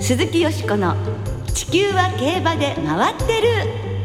鈴木よしこの地球は競馬で回ってる。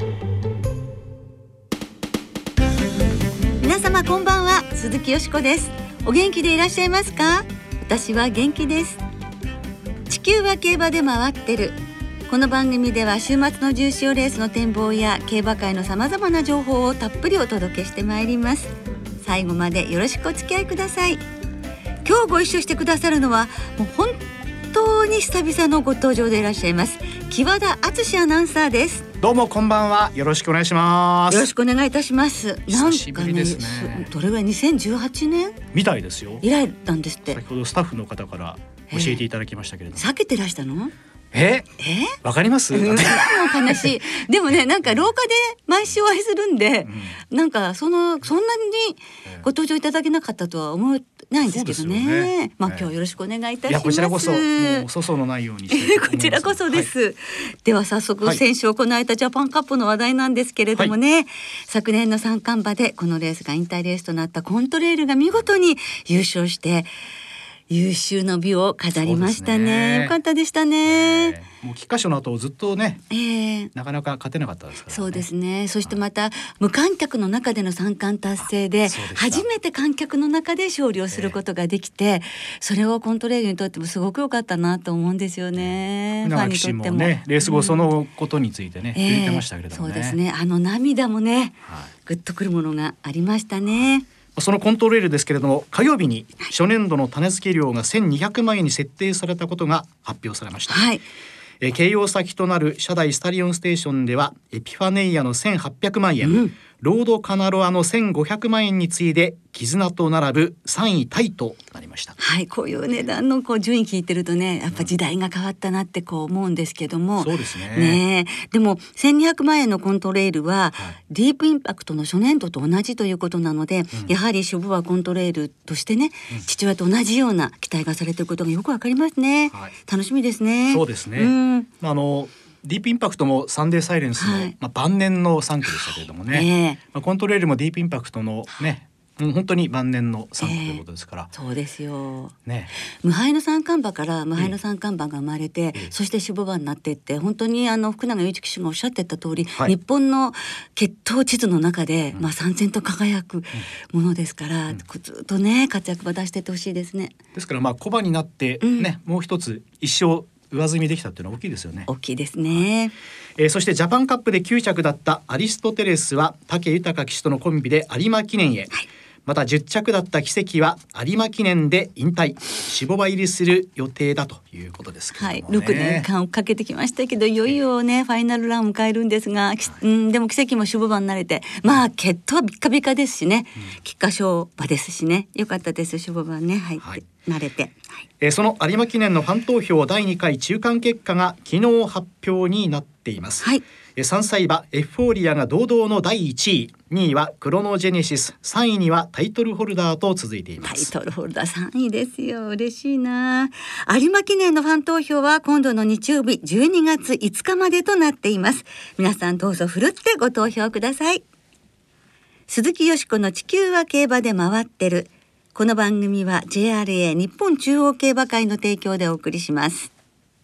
皆様こんばんは、鈴木よしこです。お元気でいらっしゃいますか？私は元気です。地球は競馬で回ってる。この番組では週末の重賞レースの展望や競馬界のさまざまな情報をたっぷりお届けしてまいります。最後までよろしくお付き合いください。今日ご一緒してくださるのはもう本当に久々のご登場でいらっしゃいます木和田敦アナウンサーです。 どうもこんばんは、よろしくお願いします。 よろしくお願いいたします。 久しぶりですね。 どれぐらい2018年みたいですよ。 以来なんですって。 先ほどスタッフの方から教えていただきましたけれども、 避けてらしたの？ わかります？もう悲しい。でもね、なんか廊下で毎週お会いするんで、なんかそんなにご登場いただけなかったとは思えないんですけどね。まあ今日よろしくお願いいたします。 いやこちらこそ、もう粗相のないようにしてこちらこそです。では早速、先週行われたジャパンカップの話題なんですけれどもね、昨年の三冠馬でこのレースが引退レースとなったコントレールが見事に優勝して優秀の美を飾りましたね。よかったでしたね。 もう菊花賞の後ずっとね、なかなか勝てなかったですからね。 そうですね。そしてまた無観客の中での三冠達成で、初めて観客の中で勝利をすることができて、それをコントレールにとってもすごく良かったなと思うんですよね。ファンにとってもね、レース後そのことについてね、言ってましたけれどもね。 そうですね。涙もね、グッとくるものがありましたね。 そのコントレールですけれども、火曜日に初年度の種付け料が1200万円に設定されたことが発表されました。掲揚先となる初代スタリオンステーションではエピファネイアの1800万円、ロードカナロアの1500万円に次いで絆と並ぶ3位タイとなりました。 こういう値段の順位聞いてるとね、やっぱ時代が変わったなって思うんですけども、 そうですね。 でも1200万円のコントレールは、ディープインパクトの初年度と同じということなので、やはりシュボはコントレールとしてね、父親と同じような期待がされていることがよくわかりますね。楽しみですね。 そうですね。ディープインパクトもサンデーサイレンスの、晩年の3区でしたけれどもね、コントレールもディープインパクトのね、本当に晩年の3区ということですから、 そうですよ、無敗の三冠馬から無敗の三冠馬が生まれて、そしてシュボ馬になっていって、本当に福永祐一騎手がおっしゃってた通り、日本の血統地図の中で、参戦と輝くものですから、ずっとね活躍を出していってほしいですね。 ですから小馬になってね、もう一つ一生上積みできたっていうのは大きいですよね。 大きいですね。 そしてジャパンカップで9着だったアリストテレスは武豊騎手とのコンビで有馬記念へ、また10着だった奇跡は有馬記念で引退、シボ馬入りする予定だということですけどもね。 6年間追っかけてきましたけど、いよいよねファイナルランを迎えるんですが、でも奇跡もシボ馬になれて、血統はビッカビカですしね、菊花賞馬ですしね、よかったです。シボ馬ね入って慣れて、 その有馬記念のファン投票第2回中間結果が昨日発表になっています。3歳馬エフフォーリアが堂々の第1位、2位はクロノジェネシス、3位にはタイトルホルダーと続いています。 タイトルホルダー3位ですよ。嬉しいな。有馬記念のファン投票は今度の日曜日12月5日までとなっています。皆さんどうぞふるってご投票ください。鈴木よしこの地球は競馬で回ってる。この番組は JRA 日本中央競馬会の提供でお送りします。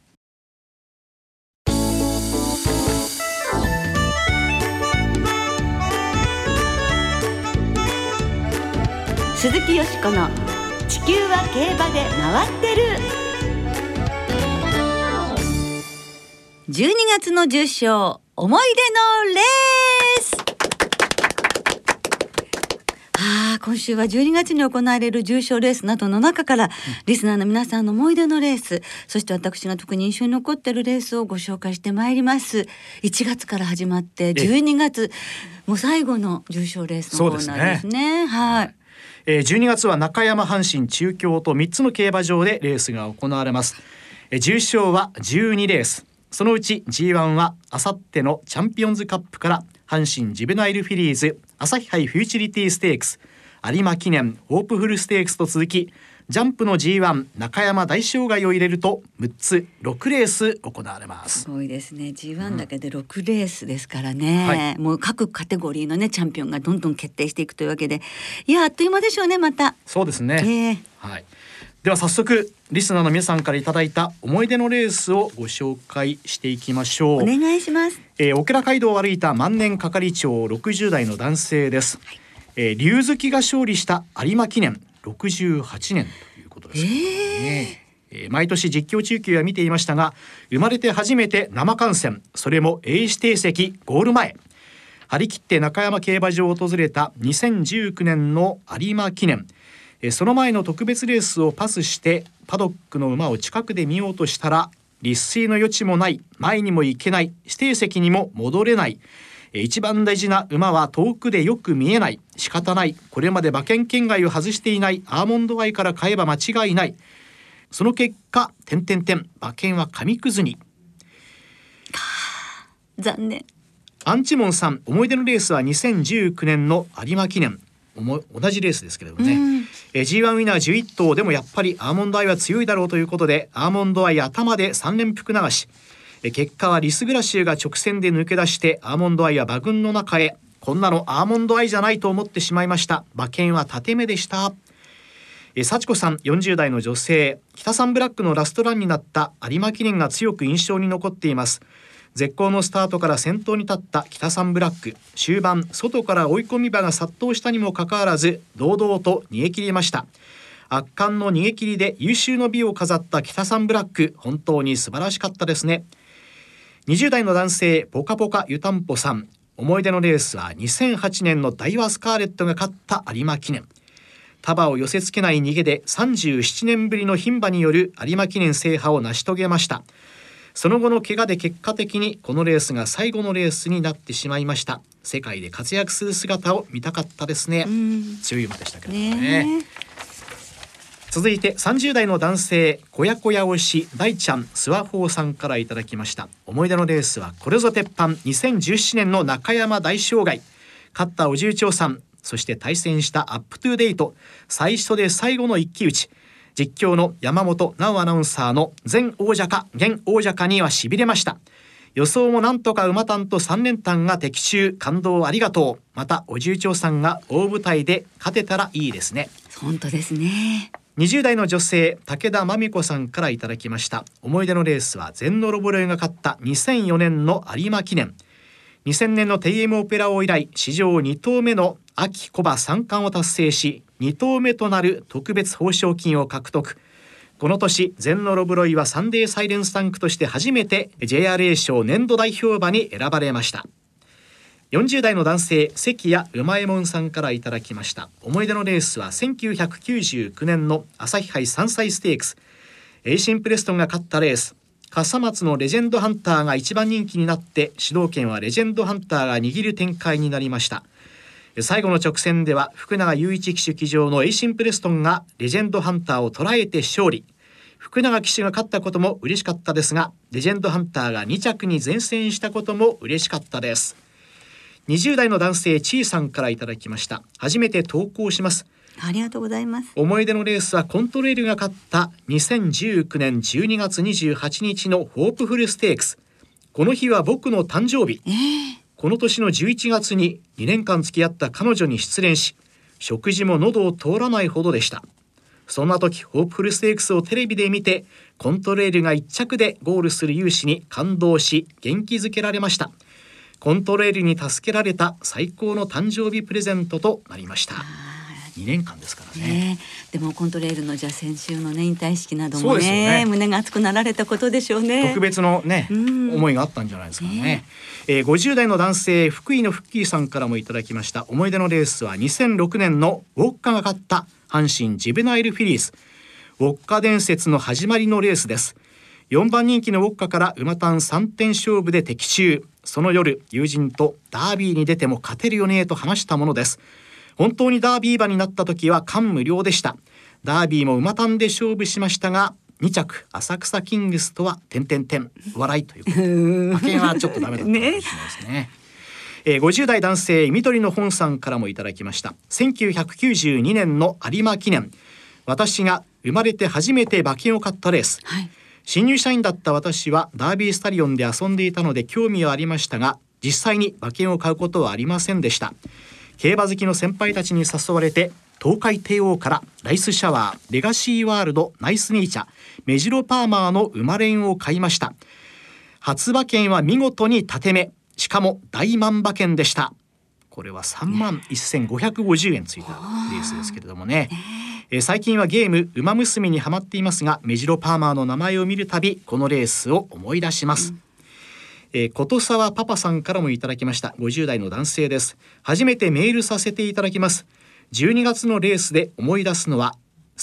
鈴木よしこの地球は競馬で回ってる。12月の重賞思い出のレース。今週は12月に行われる重賞レースなどの中から、リスナーの皆さんの思い出のレース、そして私が特に印象に残っているレースをご紹介してまいります。1月から始まって12月もう最後の重賞レースのコーナーですね。 12月は中山、阪神、中京と3つの競馬場でレースが行われます。重賞は12レース、そのうち G1 はあさってのチャンピオンズカップから阪神ジュベナイルフィリーズ、朝日杯フューチュリティステークス、有馬記念、ホープフルステークスと続き、ジャンプの G1 中山大障害を入れると6つ6レース行われます。 すごいですね。 G1 だけで6レースですからね、もう各カテゴリーのねチャンピオンがどんどん決定していくというわけで、いやあっという間でしょうね。またそうですね、 では早速リスナーの皆さんからいただいた思い出のレースをご紹介していきましょう。 お願いします。 オケラ街道を歩いた万年係長60代の男性です。龍月が勝利した有馬記念68年ということですね。毎年実況中継は見ていましたが、生まれて初めて生観戦、それも A 指定席ゴール前、張り切って中山競馬場を訪れた2019年の有馬記念。その前の特別レースをパスしてパドックの馬を近くで見ようとしたら、立水の余地もない、前にも行けない、指定席にも戻れない、一番大事な馬は遠くでよく見えない、仕方ない、これまで馬券圏外を外していないアーモンドアイから買えば間違いない、その結果馬券は紙くずに。 残念。 アンチモンさん、思い出のレースは2019年の有馬記念。同じレースですけれどもね、G1 ウィナー11頭でもやっぱりアーモンドアイは強いだろうということで、アーモンドアイ頭で3連複流し、結果はリスグラシュが直線で抜け出してアーモンドアイは馬群の中へ。こんなのアーモンドアイじゃないと思ってしまいました。馬券は縦目でした。幸子さん、40代の女性、北サンブラックのラストランになった有馬記念が強く印象に残っています。絶好のスタートから先頭に立った北サンブラック、終盤外から追い込み馬が殺到したにもかかわらず堂々と逃げ切りました。圧巻の逃げ切りで優秀の美を飾った北サンブラック、本当に素晴らしかったですね。20代の男性、ポカポカ湯たんぽさん、思い出のレースは2008年のダイワスカーレットが勝った有馬記念。束を寄せ付けない逃げで37年ぶりの牝馬による有馬記念制覇を成し遂げました。その後の怪我で結果的にこのレースが最後のレースになってしまいました。世界で活躍する姿を見たかったですね。強い馬でしたけどね。続いて30代の男性、こやこや推し大ちゃんスワホーさんからいただきました。思い出のレースはこれぞ鉄板、2017年の中山大障害。勝ったお重長さん、そして対戦したアップトゥーデイト、最初で最後の一騎打ち。実況の山本直アナウンサーの前王者か現王者かにはしびれました。予想もなんとか馬単と3連単が的中、感動ありがとう。またお重長さんが大舞台で勝てたらいいですね。 本当ですね。 20代の女性、武田真美子さんからいただきました。思い出のレースは全ノロボロイが勝った2004年の有馬記念。2000年の TM オペラ王以来、史上2頭目の秋小馬3冠を達成し、2頭目となる特別報奨金を獲得。この年、全ノロブロイはサンデーサイレンスタンクとして初めて JRA 賞年度代表馬に選ばれました。40代の男性、関谷うまえもんさんからいただきました。思い出のレースは1999年の朝日杯3歳ステークス。エイシンプレストンが勝ったレース。笠松のレジェンドハンターが一番人気になって、主導権はレジェンドハンターが握る展開になりました。最後の直線では福永雄一騎手騎乗のエイシンプレストンがレジェンドハンターを捉えて勝利。福永騎手が勝ったことも嬉しかったですが、レジェンドハンターが2着に前線したことも嬉しかったです。20代の男性、ちいさんからいただきました。初めて投稿します。 ありがとうございます。 思い出のレースはコントレールが勝った2019年12月28日のホープフルステークス。この日は僕の誕生日。この年の11月に2年間付き合った彼女に失恋し、食事も喉を通らないほどでした。そんな時、ホープフルステークスをテレビで見て、コントレールが1着でゴールする勇姿に感動し、元気づけられました。コントレールに助けられた最高の誕生日プレゼントとなりました。2年間ですからね。 でもコントレールのじゃあ先週のね引退式なども ね胸が熱くなられたことでしょうね。 特別のね、思いがあったんじゃないですかね。50代の男性、福井のフッキーさんからもいただきました。思い出のレースは2006年のウォッカが勝った阪神ジュベナイルフィリーズ。ウォッカ伝説の始まりのレースです。4番人気のウォッカから馬単3点勝負で的中。その夜、友人とダービーに出ても勝てるよねと話したものです。本当にダービー馬になった時は感無量でした。ダービーも馬単で勝負しましたが、2着浅草キングスとは笑いということで馬券はちょっとダメだったかもしれないですね。50代男性、緑の本さんからもいただきました。1992年の有馬記念。私が生まれて初めて馬券を買ったレース、新入社員だった私はダービースタリオンで遊んでいたので興味はありましたが、実際に馬券を買うことはありませんでした。競馬好きの先輩たちに誘われて東海帝王からライスシャワー、レガシーワールド、ナイスネイチャー、メジロパーマーの馬連を買いました。初馬券は見事に縦目、しかも大万馬券でした。これは31,550円ついたレースですけれどもね、最近はゲーム馬娘にハマっていますが、メジロパーマーの名前を見るたびこのレースを思い出します。琴沢パパさんからもいただきました。50代の男性です。初めてメールさせていただきます。12月のレースで思い出すのは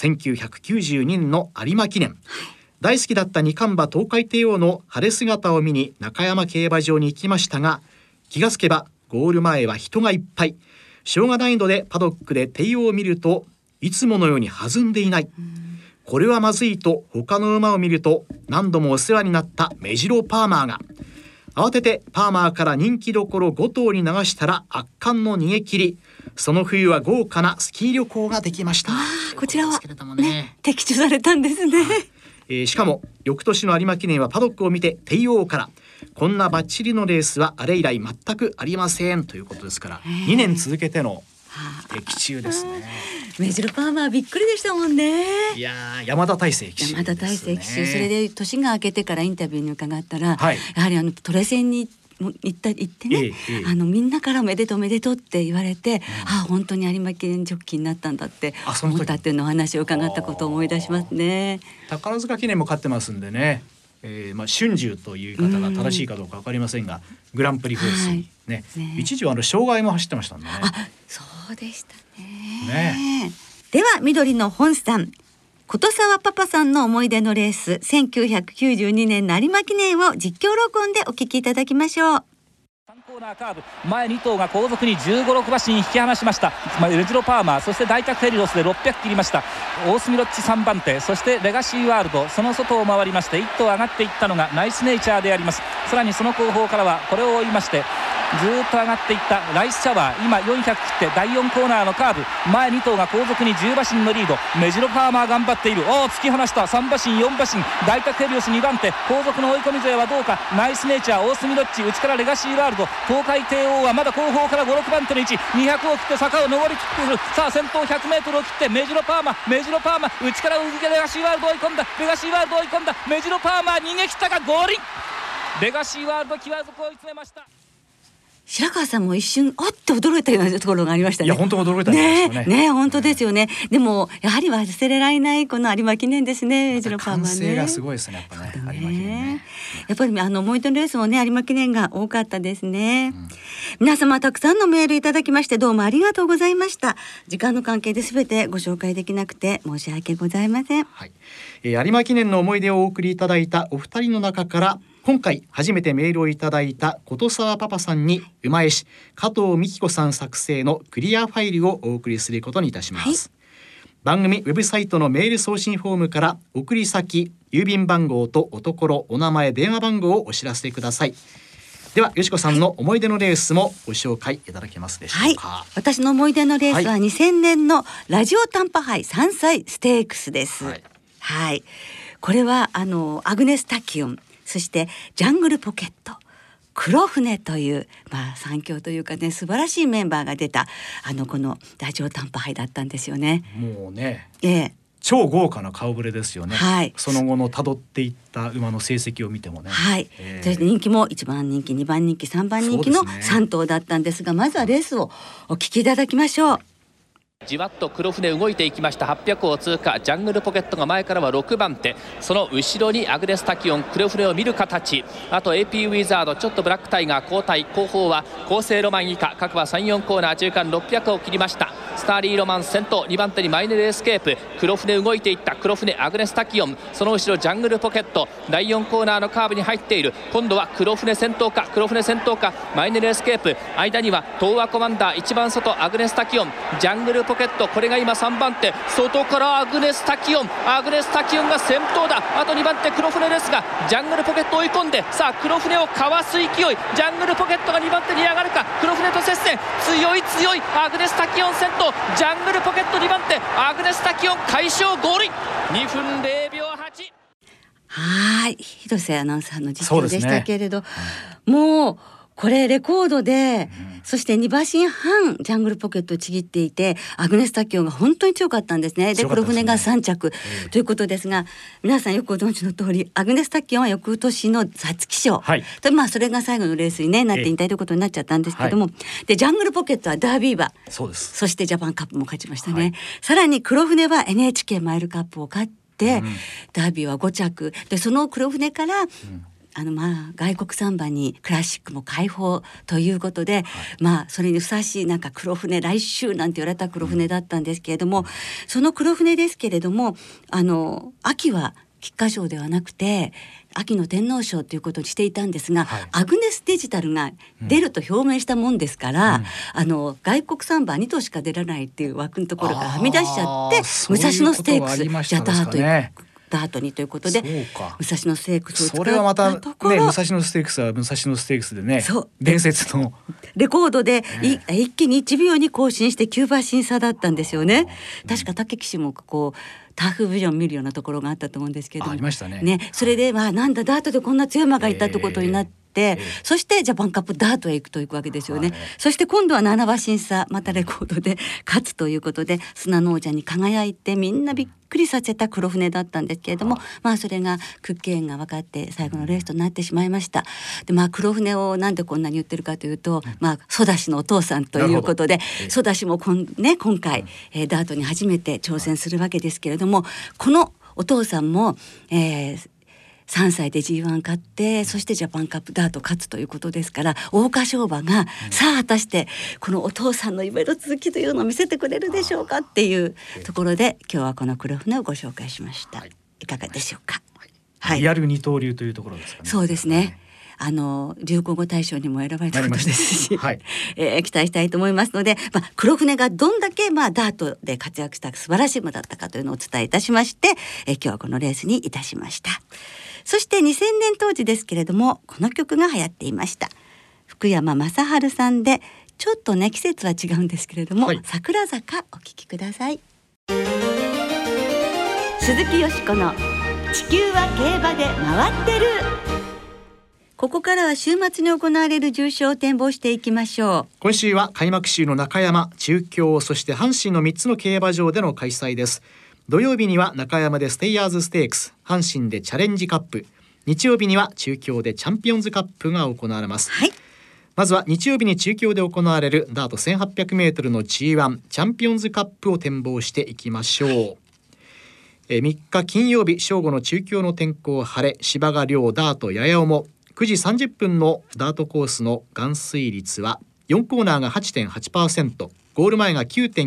1992年の有馬記念、大好きだった二冠馬東海帝王の晴れ姿を見に中山競馬場に行きましたが、気がつけばゴール前は人がいっぱい。小が難易度でパドックで帝王を見るといつものように弾んでいない。これはまずいと他の馬を見ると、何度もお世話になったメジロパーマーが、慌ててパーマーから人気どころ5頭に流したら圧巻の逃げ切り。その冬は豪華なスキー旅行ができました。 こちらは、的中されたんですね。 しかも翌年の有馬記念はパドックを見て帝王から、こんなバッチリのレースはあれ以来全くありませんということですから、2年続けての的中ですね。 メジロパーマーびっくりでしたもんね。 いや山田大成騎手ですね。 山田大成騎手、それで年が明けてからインタビューに伺ったら、 はい、 やはりトレセンに行ってね、みんなからめでとうめでとうって言われて、本当に有馬記念ジョッキーになったんだって思ったっていうのお話を伺ったことを思い出しますね。 宝塚記念も勝ってますんでね、春秋という言い方が正しいかどうか分かりませんが、グランプリフェースに、ね、一時は障害も走ってましたね。 そうでしたね。では緑の本さん、琴沢パパさんの思い出のレース、1992年の有馬記念を実況録音でお聞きいただきましょう。 コーナーカーブ、前2頭が後続に15、6馬身引き離しました。メジロパーマー、そして大脚ヘリオスで600切りました。大隅ロッチ3番手、そしてレガシーワールド、その外を回りまして1頭上がっていったのがナイスネイチャーであります。さらにその後方からはこれを追いましてずっと上がっていったライスシャワー、今400切って第4コーナーのカーブ、前2頭が後続に10馬身のリード。メジロパーマー頑張っている。突き放した3馬身4馬身、大角ヘリオス2番手、後続の追い込み勢はどうか。ナイスネイチャー、大隅ロッチ、内からレガシーワールド、東海帝王はまだ後方から5、6番手の位置、200を切って坂を上りきっている。さあ先頭 100m を切ってメジロパーマー、内からレガシーワールド追い込んだ、レガシーワールド追い込んだ、メジロパーマー逃げ切ったが合輪、レガシーワールド際底を追い詰めました。 白川さんも一瞬って驚いたようなところがありましたね。 いや本当驚いたんですよね。 本当ですよね。でもやはり忘れられないこの有馬記念ですね。メジロパーマーね。 完成がすごいですね。やっぱね、有馬記念ね。 やっぱり思い出のレースもね、有馬記念が多かったですね。皆様たくさんのメールいただきましてどうもありがとうございました。時間の関係で全てご紹介できなくて申し訳ございません。 有馬記念の思い出をお送りいただいたお二人の中から、今回初めてメールをいただいた琴沢パパさんに馬絵師加藤美希子さん作成のクリアファイルをお送りすることにいたします。番組ウェブサイトのメール送信フォームから送り先、郵便番号とおところ、お名前、電話番号をお知らせください。ではよしこさんの思い出のレースもご紹介いただけますでしょうか。 私の思い出のレースは2000年のラジオ短波杯3歳ステークスです。これはアグネスタキオン、そしてジャングルポケット、黒船という、三強というかね、素晴らしいメンバーが出たこのラジオ短波杯だったんですよね。 もうね、超豪華な顔ぶれですよね。その後の辿っていった馬の成績を見てもね。人気も1番人気、2番人気、3番人気の3頭だったんですが、まずはレースをお聞きいただきましょう。 じわっと黒船動いていきました。800を通過、ジャングルポケットが前からは6番手、その後ろにアグネスタキオン、黒船を見る形、あと AP ウィザード、ちょっとブラックタイガー交代、後方は厚生ロマン以下、各馬 3,4 コーナー中間600を切りました。スターリーロマン先頭、2番手にマイネルエスケープ、黒船動いていった、黒船アグネスタキオン、その後ろジャングルポケット、第4コーナーのカーブに入っている。今度は黒船先頭か、マイネルエスケープ、間には東亜コマンダー、一番外アグネスタキオン、ジャングルポケット、これが今3番手、外からアグネスタキオンが先頭だ。あと2番手黒船ですが、ジャングルポケット追い込んで、さあ黒船をかわす勢い、ジャングルポケットが2番手に上がるか、黒船と接戦、強いアグネスタキオン先頭、ジャングルポケット2番手、アグネスタキオン快勝ゴールイン、2分0秒8。 広瀬アナウンサーの実況でしたけれど、もうこれレコードで、そして2馬身半ジャングルポケットをちぎっていて、アグネスタキオンが本当に強かったんですね。で黒船が3着ということですが、皆さんよくご存知の通りアグネスタキオンは翌年の皐月賞、それが最後のレースに、なって引退ということになっちゃったんですけども、でジャングルポケットはダービー馬、そしてジャパンカップも勝ちましたね。さらに黒船は NHK マイルカップを勝って、ダービーは5着で、その黒船から、外国産馬にクラシックも開放ということで、それにふさわしい黒船来週なんて言われた黒船だったんですけれども、その黒船ですけれども、秋は菊花賞ではなくて秋の天皇賞ということにしていたんですが、アグネスデジタルが出ると表明したもんですから、外国産馬2頭しか出らないっていう枠のところからはみ出しちゃって、武蔵野ステークスじゃダートダートにということで、武蔵野ステークスを作ったところ、 それはまたね、武蔵野ステークスは武蔵野ステークスでね、伝説のレコードで一気に1秒に更新して9馬身差だったんですよね。確か武騎手もターフビジョン見るようなところがあったと思うんですけども、 ありましたね。 それでなんだダートでこんな強い馬がいたということになって、そしてジャパンカップダートへ行くというわけですよね。そして今度は7馬身差またレコードで勝つということで、砂の王者に輝いてみんなびっくりさせた黒船だったんですけれども、それが屈強が分かって最後のレースとなってしまいました。で黒船をなんでこんなに言ってるかというと、ソダシのお父さんということで、ソダシも今回、ダートに初めて挑戦するわけですけれども、このお父さんも、3歳で G1 勝って、そしてジャパンカップダート勝つということですから、桜花賞馬がさあ果たしてこのお父さんの夢の続きというのを見せてくれるでしょうかっていうところで、今日はこの黒船をご紹介しました。いかがでしょうか。 リアル二刀流というところですかね。 そうですね。流行語大賞にも選ばれたことですし、期待したいと思いますので、黒船がどんだけダートで活躍した素晴らしい馬だったかというのをお伝えいたしまして、今日はこのレースにいたしました。そして2000年当時ですけれども、この曲が流行っていました。福山雅治さんで、ちょっとね季節は違うんですけれども、桜坂お聴きください。鈴木よしこの地球は競馬で回ってる。ここからは週末に行われる重賞を展望していきましょう。 今週は開幕週の中山、中京、そして阪神の3つの競馬場での開催です。土曜日には中山でステイヤーズステークス、阪神でチャレンジカップ、日曜日には中京でチャンピオンズカップが行われます。まずは日曜日に中京で行われるダート 1800m の G1 チャンピオンズカップを展望していきましょう。3日金曜日正午の中京の天候晴れ、芝が両ダートやや重、9時30分のダートコースの含水率は4コーナーが 8.8%、 ゴール前が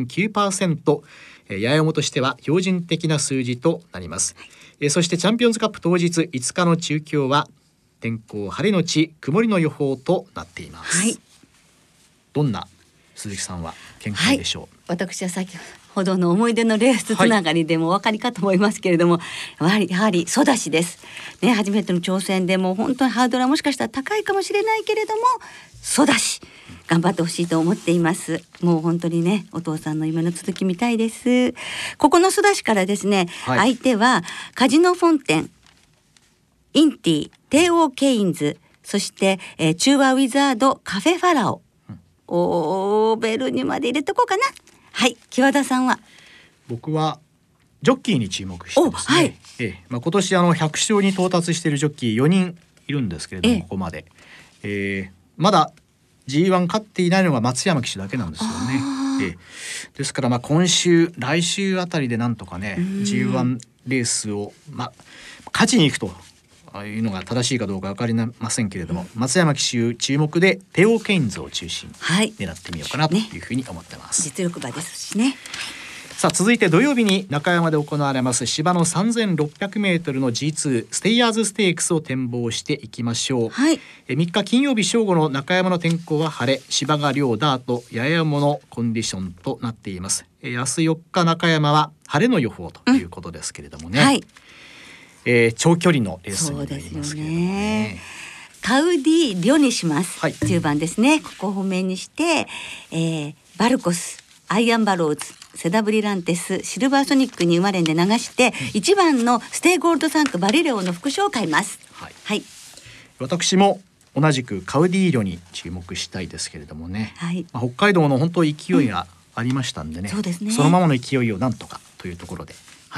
9.9%、やや重としては標準的な数字となります。そしてチャンピオンズカップ当日5日の中京は天候晴れのち曇りの予報となっています。どんな鈴木さんは見解でしょう。 私は先ほどの思い出のレースつながりでもお分かりかと思いますけれども、やはりソダシですね。初めての挑戦でもう本当にハードルはもしかしたら高いかもしれないけれども、ソダシ頑張ってほしいと思っています。もう本当にね、お父さんの夢の続きみたいです。ここのソダシからですね、相手はカジノフォンテン、インティ、帝王ケインズ、そして、中和ウィザード、カフェファラオ、オーベルにまで入れとこうかな。木和田さんは。 僕はジョッキーに注目してますね。今年100勝に到達しているジョッキー4人いるんですけれども、ここまで、まだ G1 勝っていないのが松山騎手だけなんですよね。ですから今週来週あたりでなんとかね G1 レースを勝ちに行くというのが正しいかどうか分かりませんけれども、松山騎手注目でテオ・ケインズを中心に狙ってみようかなというふうに思ってます。 実力馬ですしね。 さあ続いて土曜日に中山で行われます芝の 3600m の G2 ステイヤーズステークスを展望していきましょう。3日金曜日正午の中山の天候は晴れ、芝が両ダートやや重のコンディションとなっています。明日4日中山は晴れの予報ということですけれどもね、長距離のレースになりますけれどもね。 カウディ・リョにします、10番ですね。ここを方面にして、バルコス、アイアンバローズ、セダブリランテス、シルバーソニックに生まれんで流して1番のステイゴールドサンクバリレオの副賞を買います。 私も同じくカウディーリョに注目したいですけれどもね、 はい、 北海道の本当勢いがありましたんでね、 そうですね、 そのままの勢いをなんとかというところで、はい、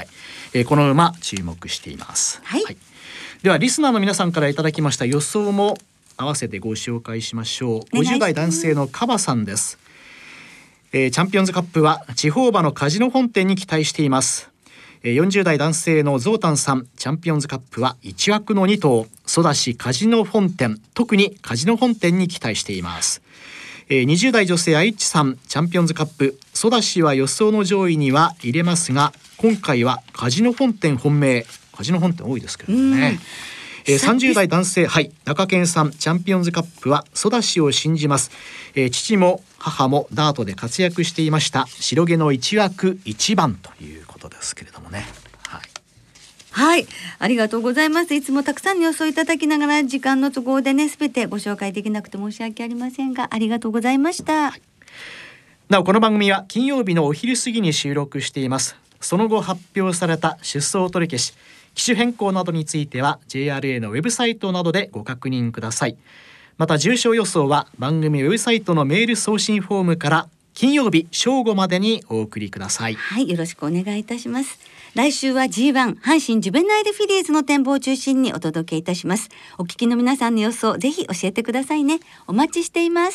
この馬注目しています。 はいはい、ではリスナーの皆さんからいただきました予想も合わせてご紹介しましょう。50代男性のカバさんです。チャンピオンズカップは地方馬のカジノ本店に期待しています。40代男性のゾウタンさん、チャンピオンズカップは1枠の2頭ソダシカジノ本店、特にカジノ本店に期待しています。20代女性アイッチさん、チャンピオンズカップソダシは予想の上位には入れますが、今回はカジノ本店本命、カジノ本店多いですけどね。30代男性、はい、中堅さん、チャンピオンズカップはソダシを信じます。父も母もダートで活躍していました。白毛の1枠1番ということですけれどもね。はい、 はい、ありがとうございます。いつもたくさんの予想いただきながら時間の都合でね、すべてご紹介できなくて申し訳ありませんが、ありがとうございました。はい、 なおこの番組は金曜日のお昼過ぎに収録しています。その後発表された出走取り消し、機種変更などについては JRA のウェブサイトなどでご確認ください。また重賞予想は番組ウェブサイトのメール送信フォームから金曜日正午までにお送りください。 はい、よろしくお願いいたします。来週は G1 阪神ジュベナイルフィリーズの展望を中心にお届けいたします。お聞きの皆さんの予想、ぜひ教えてくださいね。お待ちしています。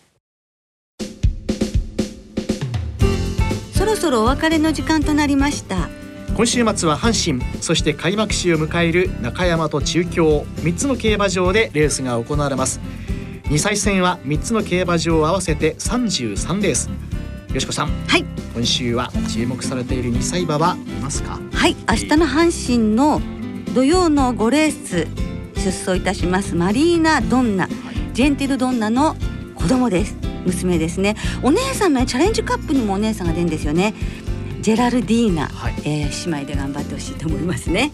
そろそろお別れの時間となりました。 今週末は阪神、そして開幕週を迎える中山と中京3つの競馬場でレースが行われます。2歳戦は3つの競馬場を合わせて33レース。よしこさん、 はい、 今週は注目されている2歳馬はいますか？ はい、明日の阪神の土曜の5レース出走いたしますマリーナドンナ、はい、ジェンティルドンナの子供です。娘ですね。お姉さんもチャレンジカップにもお姉さんが出るんですよね。ジェラルディーナ、はい、姉妹で頑張ってほしいと思いますね。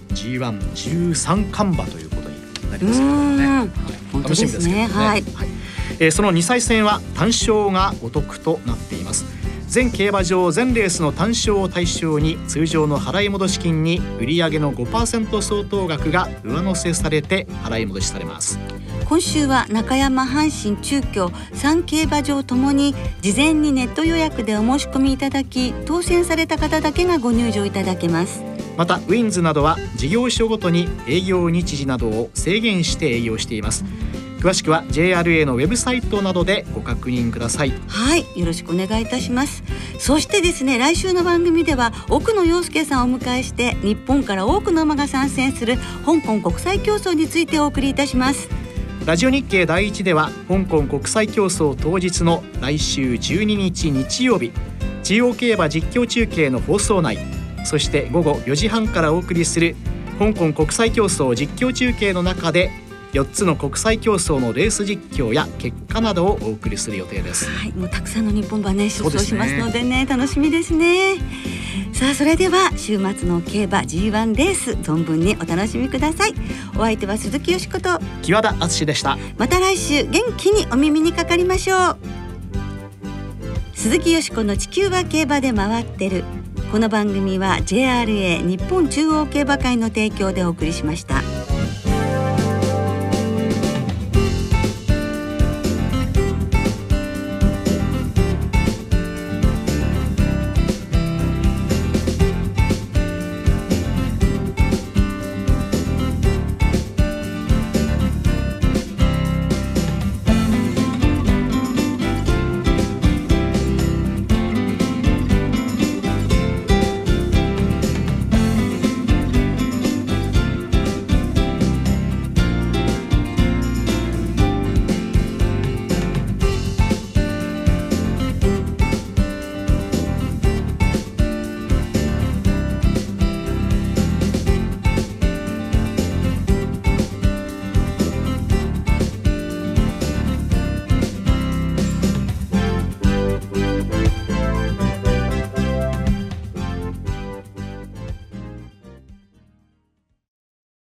G113 冠馬ということになりますけどね、はい、 本当ですね。楽しみですけどね。はい、 はい、その2歳戦は単勝がお得となっています。全競馬場全レースの単勝を対象に通常の払い戻し金に売上の 5% 相当額が上乗せされて払い戻しされます。 今週は中山、阪神、中京3競馬場ともに事前にネット予約でお申し込みいただき、当選された方だけがご入場いただけます。 またウィンズなどは事業所ごとに営業日時などを制限して営業しています。詳しくは JRA のウェブサイトなどでご確認ください。 はい、よろしくお願いいたします。そしてですね、来週の番組では奥野陽介さんをお迎えして日本から多くの馬が参戦する香港国際競争についてお送りいたします。 ラジオ日経第一では香港国際競争当日の来週12日日曜日、中央競馬実況中継の放送内、そして午後4時半からお送りする香港国際競争実況中継の中で4つの国際競争のレース実況や結果などをお送りする予定です。 はい、もうたくさんの日本馬ね出走しますのでね、楽しみですね。さあ、それでは週末の競馬 G1 レース存分にお楽しみください。お相手は鈴木よしこと木和田敦でした。 また来週元気にお耳にかかりましょう。鈴木よしこの地球は競馬で回ってる。この番組は JRA 日本中央競馬会の提供でお送りしました。